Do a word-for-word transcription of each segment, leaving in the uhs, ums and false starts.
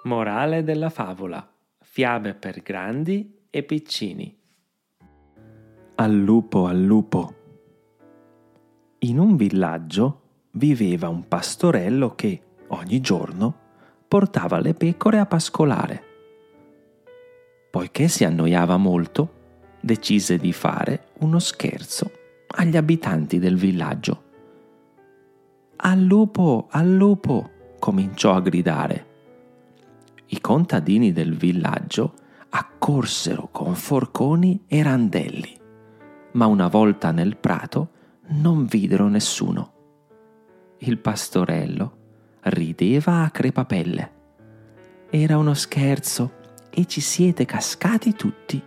Morale della favola: fiabe per grandi e piccini. Al lupo, al lupo. In un villaggio viveva un pastorello che ogni giorno portava le pecore a pascolare. Poiché si annoiava molto, decise di fare uno scherzo agli abitanti del villaggio. Al lupo, al lupo, cominciò a gridare. I contadini del villaggio accorsero con forconi e randelli, ma una volta nel prato non videro nessuno. Il pastorello rideva a crepapelle. Era uno scherzo e ci siete cascati tutti.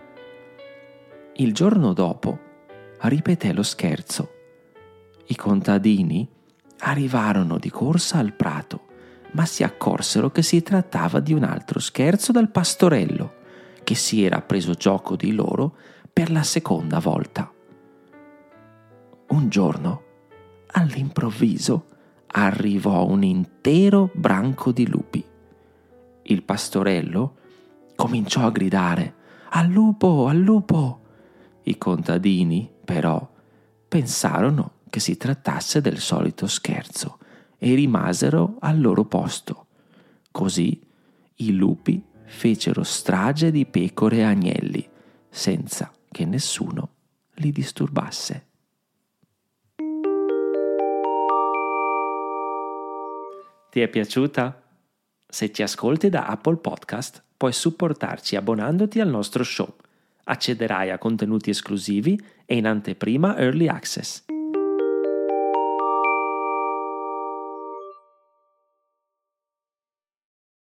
Il giorno dopo ripeté lo scherzo. I contadini arrivarono di corsa al prato, ma si accorsero che si trattava di un altro scherzo del pastorello, che si era preso gioco di loro per la seconda volta. Un giorno, all'improvviso, arrivò un intero branco di lupi. Il pastorello cominciò a gridare: «Al lupo, al lupo!» I contadini, però, pensarono che si trattasse del solito scherzo e rimasero al loro posto. Così i lupi fecero strage di pecore e agnelli, senza che nessuno li disturbasse. Ti è piaciuta? Se ci ascolti da Apple Podcast, puoi supportarci abbonandoti al nostro show. Accederai a contenuti esclusivi e in anteprima Early Access.